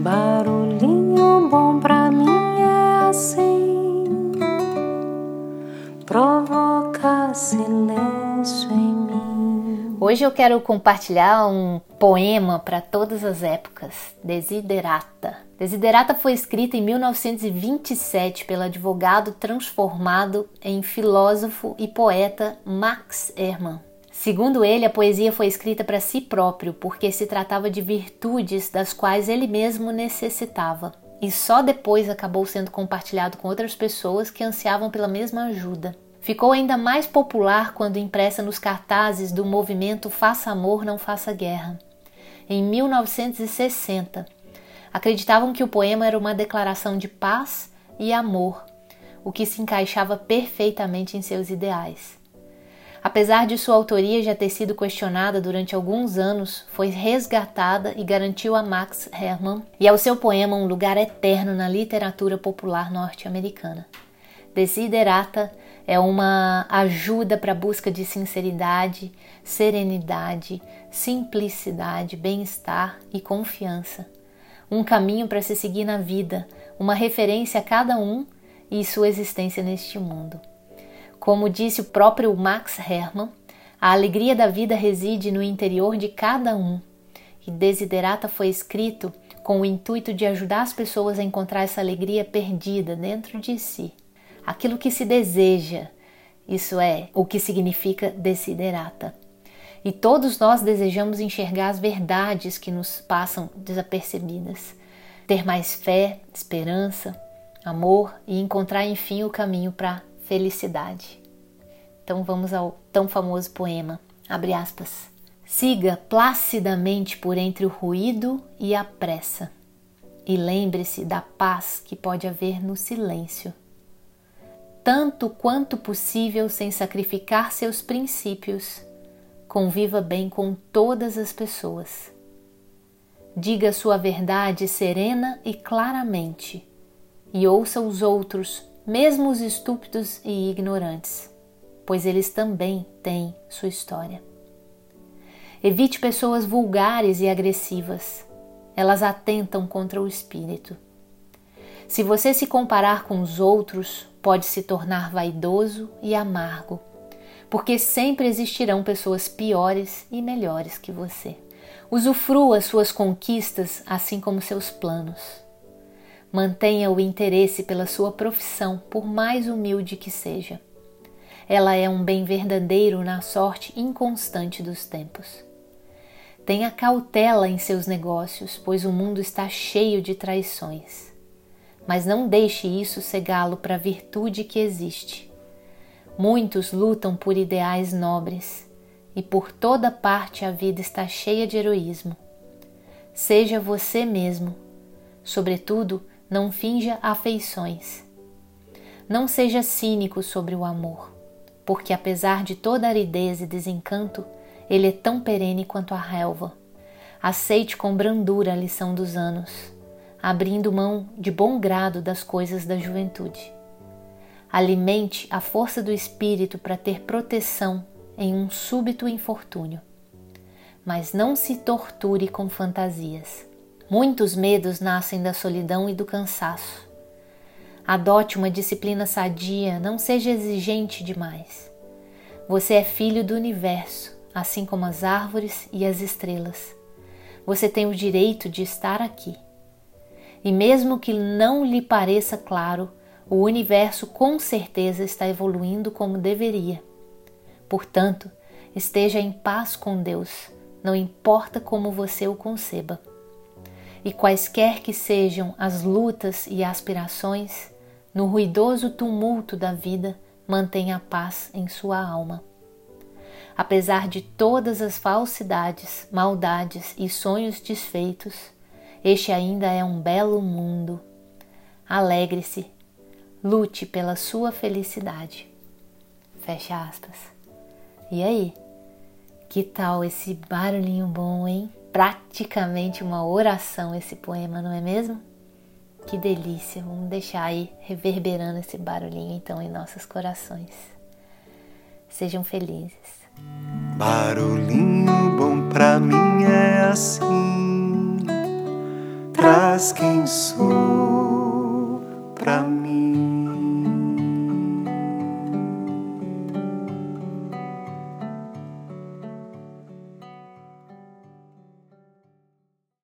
Barulhinho bom pra mim é assim, provoca silêncio em mim. Hoje eu quero compartilhar um poema para todas as épocas, Desiderata. Desiderata foi escrita em 1927 pelo advogado transformado em filósofo e poeta Max Ehrmann. Segundo ele, a poesia foi escrita para si próprio, porque se tratava de virtudes das quais ele mesmo necessitava. E só depois acabou sendo compartilhado com outras pessoas que ansiavam pela mesma ajuda. Ficou ainda mais popular quando impressa nos cartazes do movimento Faça Amor, Não Faça Guerra. Em 1960, acreditavam que o poema era uma declaração de paz e amor, o que se encaixava perfeitamente em seus ideais. Apesar de sua autoria já ter sido questionada durante alguns anos, foi resgatada e garantiu a Max Ehrmann e ao seu poema um lugar eterno na literatura popular norte-americana. Desiderata é uma ajuda para a busca de sinceridade, serenidade, simplicidade, bem-estar e confiança. Um caminho para se seguir na vida, uma referência a cada um e sua existência neste mundo. Como disse o próprio Max Ehrmann, a alegria da vida reside no interior de cada um. E Desiderata foi escrito com o intuito de ajudar as pessoas a encontrar essa alegria perdida dentro de si. Aquilo que se deseja, isso é o que significa Desiderata. E todos nós desejamos enxergar as verdades que nos passam desapercebidas, ter mais fé, esperança, amor e encontrar enfim o caminho para a felicidade. Então vamos ao tão famoso poema, abre aspas. Siga placidamente por entre o ruído e a pressa, e lembre-se da paz que pode haver no silêncio. Tanto quanto possível sem sacrificar seus princípios, conviva bem com todas as pessoas. Diga sua verdade serena e claramente, e ouça os outros, mesmo os estúpidos e ignorantes, pois eles também têm sua história. Evite pessoas vulgares e agressivas, elas atentam contra o espírito. Se você se comparar com os outros, pode se tornar vaidoso e amargo, porque sempre existirão pessoas piores e melhores que você. Usufrua suas conquistas, assim como seus planos. Mantenha o interesse pela sua profissão, por mais humilde que seja. Ela é um bem verdadeiro na sorte inconstante dos tempos. Tenha cautela em seus negócios, pois o mundo está cheio de traições. Mas não deixe isso cegá-lo para a virtude que existe. Muitos lutam por ideais nobres, e por toda parte a vida está cheia de heroísmo. Seja você mesmo. Sobretudo, não finja afeições. Não seja cínico sobre o amor, porque apesar de toda aridez e desencanto, ele é tão perene quanto a relva. Aceite com brandura a lição dos anos, abrindo mão de bom grado das coisas da juventude. Alimente a força do espírito para ter proteção em um súbito infortúnio. Mas não se torture com fantasias. Muitos medos nascem da solidão e do cansaço. Adote uma disciplina sadia, não seja exigente demais. Você é filho do universo, assim como as árvores e as estrelas. Você tem o direito de estar aqui. E mesmo que não lhe pareça claro, o universo com certeza está evoluindo como deveria. Portanto, esteja em paz com Deus, não importa como você o conceba. E quaisquer que sejam as lutas e aspirações, no ruidoso tumulto da vida, mantenha a paz em sua alma. Apesar de todas as falsidades, maldades e sonhos desfeitos, este ainda é um belo mundo. Alegre-se, lute pela sua felicidade. Fecha aspas. E aí? Que tal esse barulhinho bom, hein? Praticamente uma oração esse poema, não é mesmo? Que delícia! Vamos deixar aí reverberando esse barulhinho então em nossos corações. Sejam felizes. Barulhinho bom pra mim é assim. saberás quem sou pra mim.